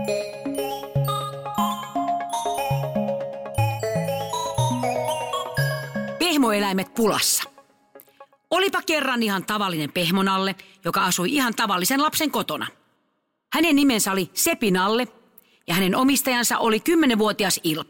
Pehmoeläimet pulassa. Olipa kerran ihan tavallinen pehmonalle, joka asui ihan tavallisen lapsen kotona. Hänen nimensä oli Sepinalle ja hänen omistajansa oli 10-vuotias Ilpo.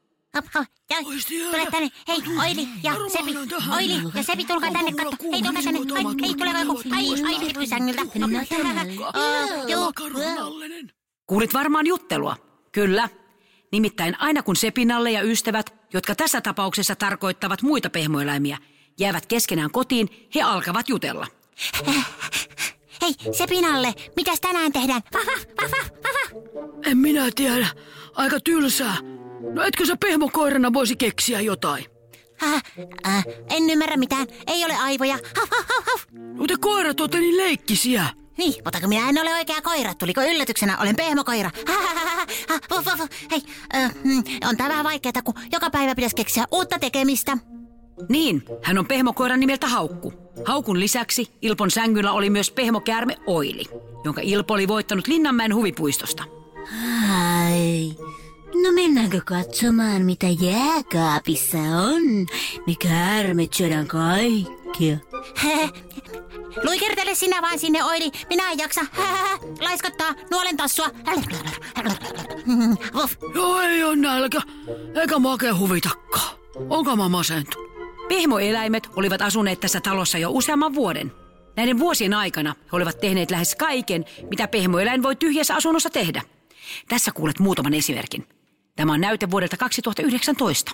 Tule tänne. Hei, Oili ja Sepi. Oili ja Sepi, tulkaa tänne. Katso. Hei, tulkaa tänne. Hei, tuleeko joku? Ai, tuli sängyltä. Kuulit varmaan juttelua. Kyllä. Nimittäin aina kun Sepinalle ja ystävät, jotka tässä tapauksessa tarkoittavat muita pehmoeläimiä, jäävät keskenään kotiin, he alkavat jutella. Hei, Sepinalle, mitäs tänään tehdään? En minä tiedä. Aika tylsää. No etkö sä pehmokoirana voisi keksiä jotain? En ymmärrä mitään. Ei ole aivoja. No te koirat olette niin leikkisiä. Niin, mutta kun minä en ole oikea koira. Tuliko yllätyksenä? Olen pehmokoira. Hei, on tää vähän vaikeaa, kun joka päivä pitäisi keksiä uutta tekemistä. Niin, hän on pehmokoiran nimeltä Haukku. Haukun lisäksi Ilpon sängyllä oli myös pehmokäärme Oili, jonka Ilpo oli voittanut Linnanmäen huvipuistosta. Ai, no mennäänkö katsomaan, mitä jääkaapissa on? Me käärmet syödään kaikkia. Luikertele sinä vain sinne, Oili. Minä en jaksa. Laiskottaa nuolen tassua. Joo, ei ole nälkä. Eikä makea huvitakaan. Onko mä masentunut? Pehmoeläimet olivat asuneet tässä talossa jo useamman vuoden. Näiden vuosien aikana he olivat tehneet lähes kaiken, mitä pehmoeläin voi tyhjässä asunnossa tehdä. Tässä kuulet muutaman esimerkin. Tämä on näyte vuodelta 2019.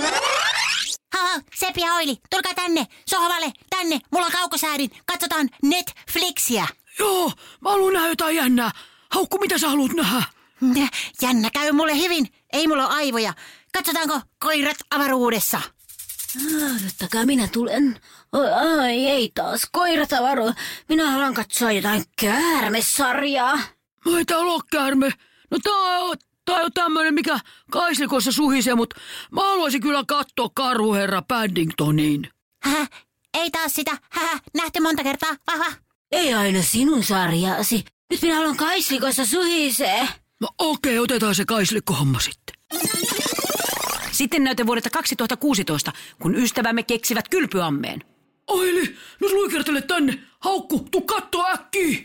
Sepi ja Oili, tulkaa tänne, sohvalle, tänne. Mulla on kaukosäädin. Katsotaan Netflixiä. Joo, mä haluan nähdä jotain jännää. Haukku, mitä sä haluat nähdä? Jännä käy mulle hyvin. Ei mulla ole aivoja. Katsotaanko koirat avaruudessa? Odottakaa, minä tulen. Ai, ei taas koirat avaruudessa. Minä haluan katsoa jotain käärmesarjaa. No ei täällä ole käärme. No tää on tämmönen, mikä kaislikossa suhisee, mutta mä haluaisin kyllä katsoa Karhuherra Paddingtonin. Ei taas sitä. Nähty monta kertaa. Ei aina sinun sarjaasi. Nyt minä haluan kaislikossa suhisee. No okei, otetaan se kaislikko-homma sitten. Sitten näyte vuodelta 2016, kun ystävämme keksivät kylpyammeen. Oili, nyt luikertele tänne. Haukku, tuu kattoo äkkiä.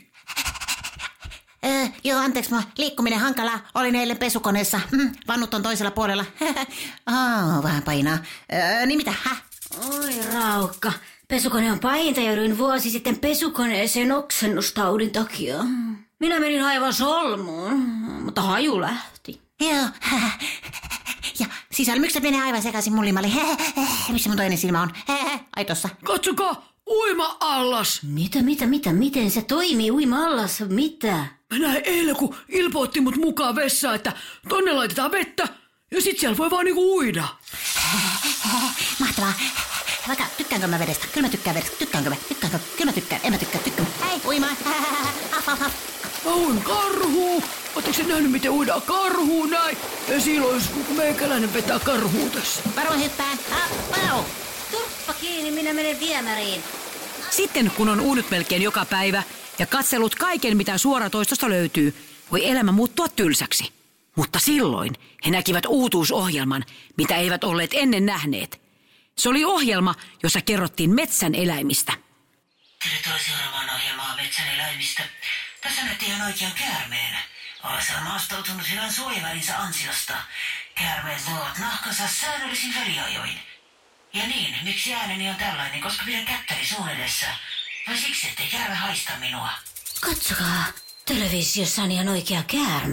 Joo, anteeksi, liikkuminen hankalaa. Olin eilen pesukoneessa. Vannut on toisella puolella. Vähän painaa. Niin mitä, Oi raukka. Pesukone on pahinta, jouduin vuosi sitten pesukoneeseen oksennustaudin takia. Minä menin aivan solmuun, mutta haju lähti. Joo. Ja sisälmykset menee aivan sekaisin mun limalle. Missä mun toinen silmä on? Ai tossa. Katsokaa, uima-allas. Miten se toimii uima-allas? Mitä? Mä näin eilen, kun Ilpo otti mut mukaan vessaan, että tonne laitetaan vettä ja sit siellä voi vaan niinku uida. Mahtavaa. Vaikka tykkäänkö mä vedestä? Kyllä mä tykkään vedestä. Tykkäänkö? Kyllä mä tykkään. En mä tykkää. Hei, uimaan. Mä uin karhuun. Ootteko sä nähnyt, miten uidaan karhuun näin? Ja silloin, kun meikäläinen vetää karhuun tässä. Varmaan hyppään. Turppa kiinni, minä menen viemäriin. Sitten kun on uinut melkein joka päivä ja katsellut kaiken, mitä suoratoistosta löytyy, voi elämä muuttua tylsäksi. Mutta silloin he näkivät uutuusohjelman, mitä eivät olleet ennen nähneet. Se oli ohjelma, jossa kerrottiin metsän eläimistä. Tervetuloa seuraavaan ohjelmaan metsän eläimistä. Tässä näette ihan oikean käärmeen. Olen maastautunut hyvän suojavälinsä ansiosta. Käärmeet luovat nahkansa säännöllisin väliajoin. Ja niin, miksi ääneni on tällainen, koska pidän kättäni suun edessä. Vai siksi, ettei käärme haista minua? Katsokaa, televisiossa on ihan oikea käärme.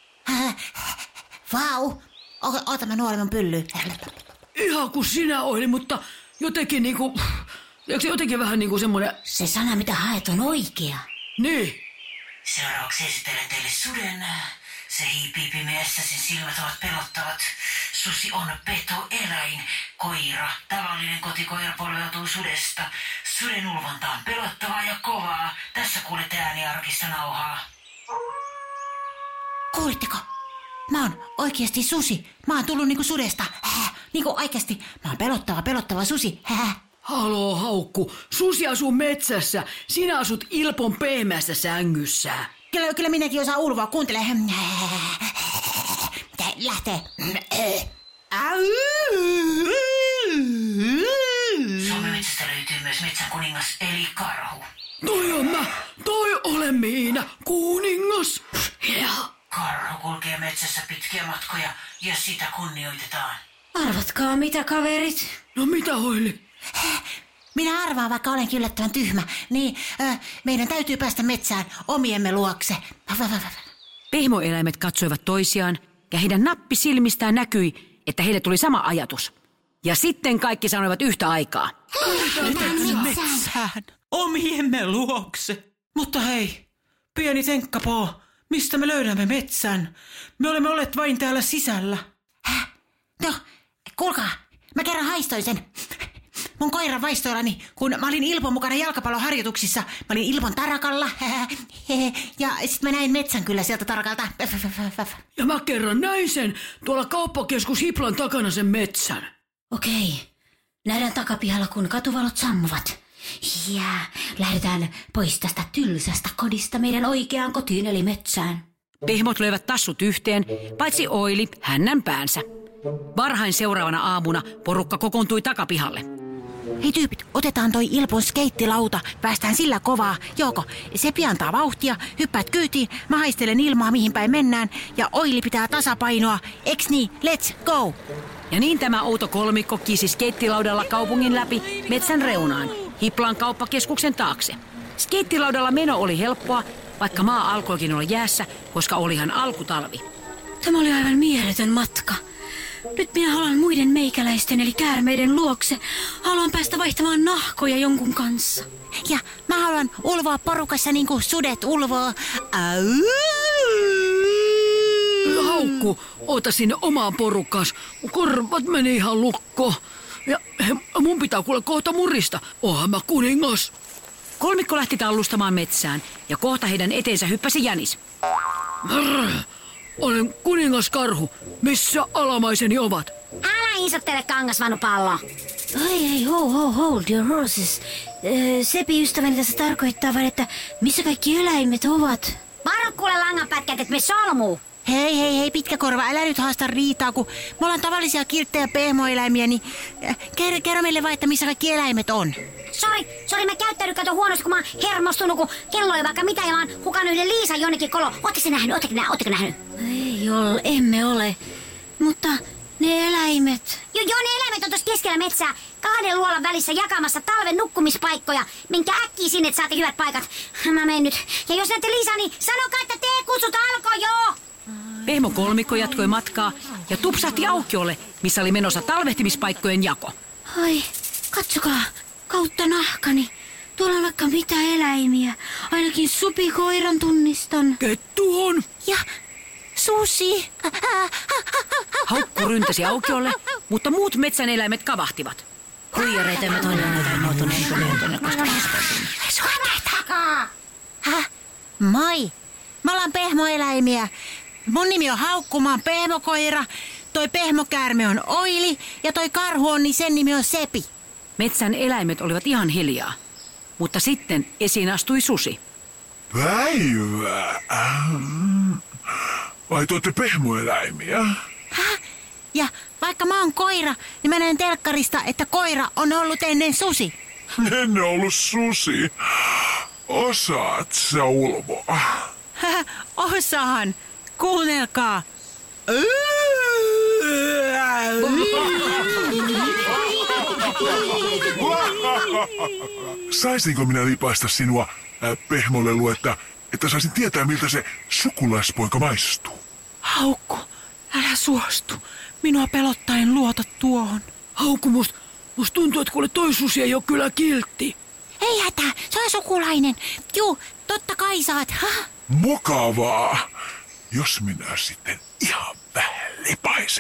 Vau. Oota mä nuolemman pyllyyn. Ihan kuin sinä Oili, mutta jotenkin niinku... Jotenkin vähän niinku semmonen... Se sana, mitä haet, on oikea. Niin. Seuraavaksi esittelen teille suden. Se hiipii pimeässä, sen silmät ovat pelottavat. Susi on petoeläin. Koira, tavallinen kotikoira polveutuu sudesta. Suden ulvonta on pelottavaa ja kovaa. Tässä kuulette ääniarkista nauhaa. Kuulitteko? Mä oon oikeasti susi. Mä oon tullut niinku sudesta. Niinku oikeasti. Mä oon pelottava susi. Haloo, Haukku. Susi asuu metsässä. Sinä asut Ilpon pehmeässä sängyssä. Kyllä minäkin osaan ulvoa. Kuuntele. Lähtee. Suomen metsästä löytyy myös metsän kuningas eli karhu. Toi olen minä, kuningas. Karhu kulkee metsässä pitkiä matkoja ja sitä kunnioitetaan. Arvatkaa mitä, kaverit? No mitä, Oili? Minä arvaan, vaikka olenkin yllättävän tyhmä. Niin, meidän täytyy päästä metsään omiemme luokse. Pehmoeläimet katsoivat toisiaan ja heidän nappisilmistään näkyi, että heille tuli sama ajatus. Ja sitten kaikki sanoivat yhtä aikaa. Metsään. Omiemme luokse. Mutta hei, pieni tenkkapoo, mistä me löydämme metsän? Me olemme olleet vain täällä sisällä. No, kuulkaa, mä kerran haistoin sen. Mun koiran vaistoillani, kun mä olin Ilpon mukana jalkapalloharjoituksissa. Mä olin Ilpon tarakalla. Ja sit mä näin metsän kyllä sieltä tarakalta. Ja mä kerran näin sen tuolla kauppakeskus Hiplan takana sen metsän. Okei, nähdään takapihalla, kun katuvalot sammuvat. Ja lähdetään pois tästä tylsästä kodista meidän oikeaan kotiin eli metsään. Pehmot löivät tassut yhteen, paitsi Oili hännän päänsä. Varhain seuraavana aamuna porukka kokoontui takapihalle. Hei tyypit, otetaan toi Ilpon skeittilauta. Päästään sillä kovaa. Jouko, Sepi antaa vauhtia, hyppäät kyytiin, mä haistelen ilmaa mihin päin mennään. Ja Oili pitää tasapainoa. Eks niin? Let's go! Ja niin tämä outo kolmikko kisi skeittilaudalla kaupungin läpi metsän reunaan, Hiplan kauppakeskuksen taakse. Skeittilaudalla meno oli helppoa, vaikka maa alkoikin olla jäässä, koska olihan alkutalvi. Tämä oli aivan mieletön matka. Nyt minä haluan muiden meikäläisten eli käärmeiden luokse. Haluan päästä vaihtamaan nahkoja jonkun kanssa. Ja mä haluan ulvoa porukassa niin kuin sudet ulvoo. Haukku, ota sinne omaan porukkaas. Korvat meni ihan lukko. Ja mun pitää kuule kohta murista. Oonhan mä kuningas. Kolmikko lähti tallustamaan metsään ja kohta heidän eteensä hyppäsi jänis. Olen kuningas Karhu. Missä alamaiseni ovat? Älä isottele kangasvannupallo. Ei, hold your horses. Sepi ystäväni tässä tarkoittaa vain, että missä kaikki eläimet ovat. Varo kuule langanpätkät, et me solmuu. Hei, pitkä korva, älä nyt haasta riitaa, kun me ollaan tavallisia kilttejä pehmoeläimiä, niin kerro meille vaan, että missä kaikki eläimet on. Sori, mä käyttäydyn kato huonosti, kun mä oon hermostunut, kun kello ei vaikka mitä, ja mä oon hukannut yhden Liisan jonnekin kolo. Ootteko nähnyt? Emme ole, mutta ne eläimet. Joo, ne eläimet on tuossa keskellä metsää, 2 luolan välissä jakamassa talven nukkumispaikkoja. Menkää äkkiä sinne, että saatte hyvät paikat. Mä menen nyt. Ja jos näette Liisaa, niin sanokaa, että kutsut alkoi jo. Pehmo kolmikko jatkoi matkaa ja tupsahti aukiolle, missä oli menossa talvehtimispaikkojen jako. Ai, katsokaa, kautta nahkani. Tuolla on vaikka mitä eläimiä. Ainakin supikoiran tunnistan. Kettu on. Ja susi. Haukku ryntäsi aukiolle, mutta muut metsän eläimet kavahtivat. Huijareita me Moi, mä ollaan pehmoeläimiä. Mun nimi on Haukku, mä oon pehmokoira. Toi pehmokäärme on Oili ja toi karhu on, niin sen nimi on Sepi. Metsän eläimet olivat ihan hiljaa, mutta sitten esiin astui susi. Päivää. Vai te ootte pehmoeläimiä? Ja vaikka mä oon koira, niin mä näen telkkarista, että koira on ollut ennen susi. En ollut susi. Osaat sä ulvoa? Osaan. Kuunnelkaa. Saisinko minä lipaista sinua pehmolelu, että saisin tietää, miltä se sukulaispoika maistuu? Haukku, älä suostu. Minua pelottaa, en luota tuohon. Haukku, musta tuntuu, että kuule toi susi ei oo kyllä kiltti. Ei hätää, se on sukulainen. Juu, totta kai saat. Mukavaa. Jos minä sitten ihan vähän lipaisen.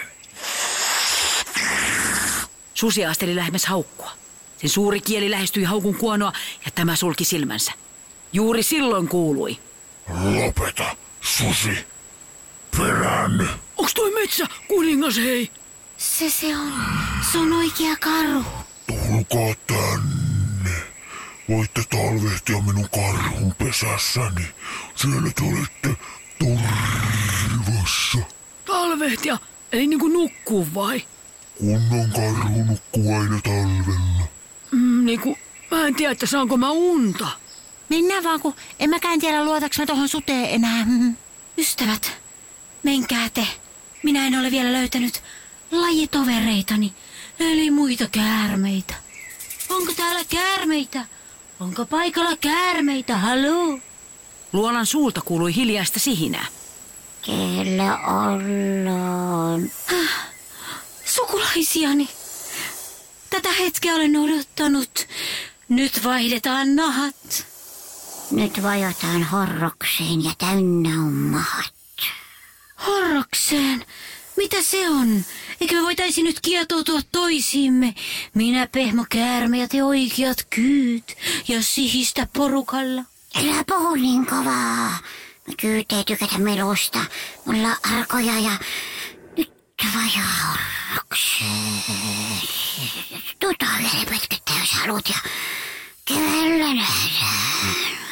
Susi asteli lähemmäs Haukkua. Sen suuri kieli lähestyi Haukun kuonoa ja tämä sulki silmänsä. Juuri silloin kuului. Lopeta, susi. Perään. Onks toi metsä kuningas, hei? Se on oikea karhu. Tulkaa tänne. voitte talvehtia minun karhun pesässäni. Siellä te olette turvassa. Talvehtia, eli niinku nukkuu vai? Kunnon karhu nukkuu aina talvella. Niinku, mä en tiedä, että saanko mä unta. Mennään vaan, kun en mäkään tiedä luotaks mä tohon suteen enää. Ystävät, menkää te. Minä en ole vielä löytänyt lajitovereitani, eli muita käärmeitä. Onko täällä käärmeitä? Onko paikalla käärmeitä? Haloo? Luolan suulta kuului hiljaista sihinää. Kellä ollaan? Sukulaisiani. Tätä hetkeä olen odottanut. Nyt vaihdetaan nahat. Nyt vajotaan horrokseen ja täynnä on mahat. Horrokseen? Mitä se on? Eikö me voitaisi nyt kietoutua toisiimme? Minä, Pehmo Käärme ja te oikeat kyyt ja sihistä porukalla. Älä puhu niin kovaa. Me kyyt ei tykätä melusta. Mulla on arkoja ja nyt vajaa horrokseen. Tuu tuolle pötköttää, jos haluat ja kävellä nähdään.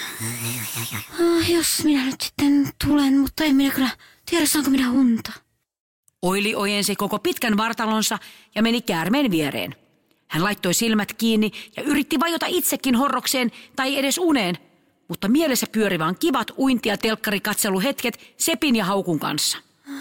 Jos minä nyt sitten tulen, mutta en minä kyllä tiedä, saanko minä unta. Oili ojensi koko pitkän vartalonsa ja meni käärmeen viereen. Hän laittoi silmät kiinni ja yritti vajota itsekin horrokseen tai edes uneen, mutta mielessä pyöri vaan kivat uinti- ja telkkarikatseluhetket Sepin ja Haukun kanssa.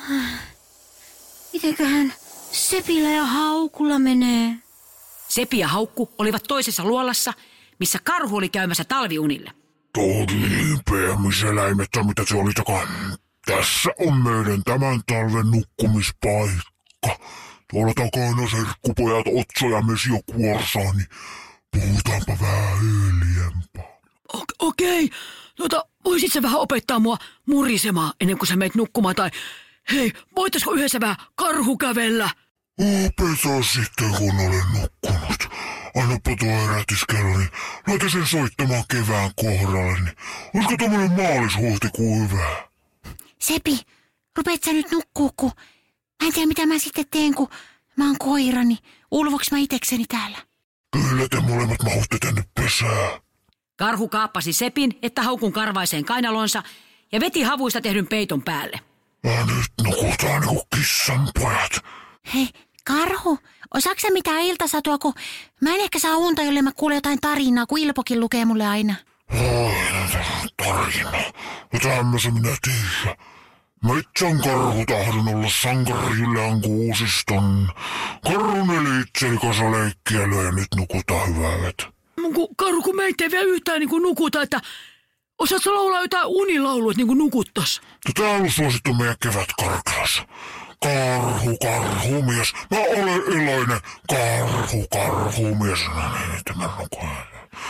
Mitenköhän Sepillä ja Haukulla menee? Sepi ja Haukku olivat toisessa luolassa, missä karhu oli käymässä talviunille. Todellinen pehmiseläimet, mitä se olitakaan. Tässä on meidän tämän talven nukkumispaikka. Tuolla takana serkkupojat Otso ja Mesio kuorsaan, niin puhutaanpa vähän hiljempaa. Okei. Voisit sä vähän opettaa mua murisemaan ennen kuin sä meet nukkumaan? Tai hei, voitaisko yhdessä vähän karhu kävellä? Opeta sitten, kun olen nukkunut. Annapa tuo herätyskello, niin laita sen soittamaan kevään kohdalle, niin olisiko tommonen maalis-huhtikuu hyvä? Sepi, rupeat sä nyt nukkuu, kun mä en tiedä mitä mä sitten teen, kun mä oon koira, niin ulvoks mä itekseni täällä? Kyllä te molemmat mahutte tänne pesään. Karhu kaappasi Sepin, että Haukun karvaiseen kainalonsa ja veti havuista tehdyn peiton päälle. Nyt nukutaan niinku kissanpojat. Hei, Karhu, osaatko sä mitään iltasatua, kun mä en ehkä saa unta, jolle mä kuulen jotain tarinaa, kun Ilpokin lukee mulle aina. Tarina. No tämmösen minä tiedän. Mä itsen karhu tahdon olla sankarijylän kuusiston. Karhun eli itseni kanssa leikkiälyä ja nyt nukutaan hyvät. Karhu, kun meitä ei vielä yhtään niin kuin nukuta, että osaatko laulaa jotain unilaulua, että niin kuin nukuttas? Tää on ollut suosittu meidän kevätkarkelas. Karhumies. Mä olen iloinen karhumies. No niin, tämä nukutaan.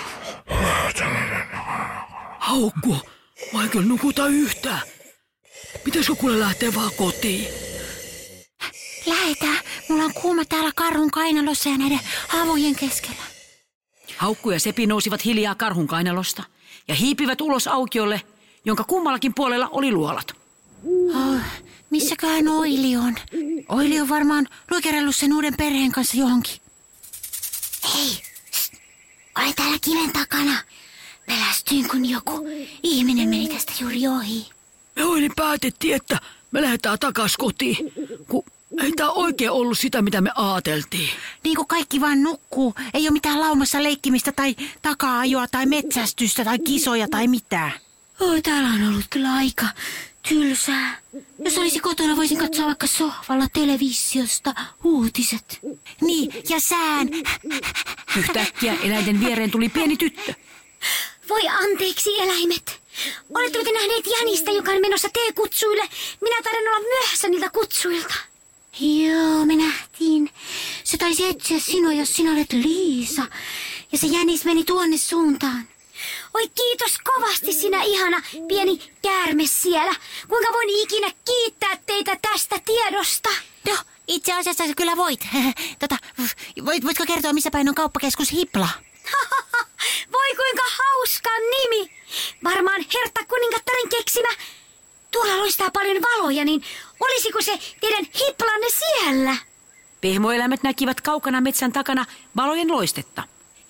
Haukku, mä en kyllä nukuta yhtään. Pitäisikö kuule lähteä vaan kotiin? Lähetään. Mulla on kuuma täällä karhun kainalossa ja näiden havujen keskellä. Haukku ja Sepi nousivat hiljaa karhun kainalosta ja hiipivät ulos aukiolle, jonka kummallakin puolella oli luolat. Missäköhän Oili on? Oili on varmaan luikerellut sen uuden perheen kanssa johonkin. Hei, ole täällä kiven takana. Pelästyin, kun joku ihminen meni tästä juuri ohi. Me Oili päätettiin, että me lähdetään takas kotiin, kun ei tää oikein ollut sitä, mitä me aateltiin. Niin kuin kaikki vaan nukkuu. Ei ole mitään laumassa leikkimistä tai taka-ajoa tai metsästystä tai kisoja tai mitään. Täällä on ollut kyllä aika tylsää. Jos olisi kotona, voisin katsoa vaikka sohvalla televisiosta uutiset. Niin, ja sään. Yhtäkkiä eläinten viereen tuli pieni tyttö. Voi anteeksi, eläimet. Oletteko te nähneet jänistä, joka on menossa teekutsuille? Minä taidan olla myöhässä niiltä kutsuilta. Joo, me nähtiin. Se taisi etsiä sinua, jos sinä olet Liisa. Ja se jänis meni tuonne suuntaan. Oi kiitos kovasti sinä ihana pieni käärme siellä. Kuinka voin ikinä kiittää teitä tästä tiedosta? No, itse asiassa kyllä voit. Voitko kertoa, missä päin on kauppakeskus Hipla? Voi kuinka hauska nimi. Varmaan Hertta kuningattaren keksimä. Tuolla loistaa paljon valoja, niin olisiko se teidän Hiplanne siellä? Pehmoeläimet näkivät kaukana metsän takana valojen loistetta.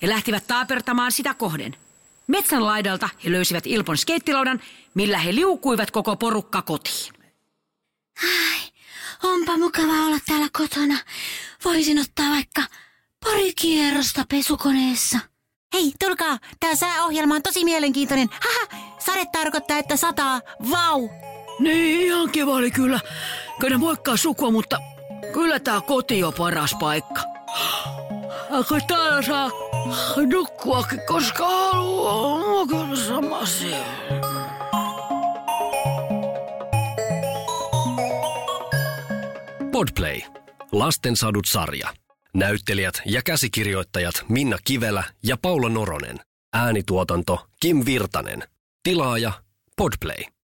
He lähtivät taapertamaan sitä kohden. Metsän laidalta he löysivät Ilpon skeittilaudan, millä he liukuivat koko porukka kotiin. Ai, onpa mukava olla täällä kotona. Voisin ottaa vaikka pari kierrosta pesukoneessa. Hei, tulkaa. Tää sääohjelma on tosi mielenkiintoinen. Haha, sade tarkoittaa, että sataa. Vau! Niin, ihan kiva oli kyllä. Kyllä moikkaa sukua, mutta kyllä tää koti on paras paikka. Kun täällä saa nukkuakin, koska haluaa. Mua kyllä sama asia. Podplay. Lastensadut-sarja. Näyttelijät ja käsikirjoittajat Minna Kivelä ja Paula Noronen. Äänituotanto Kim Virtanen. Tilaaja Podplay.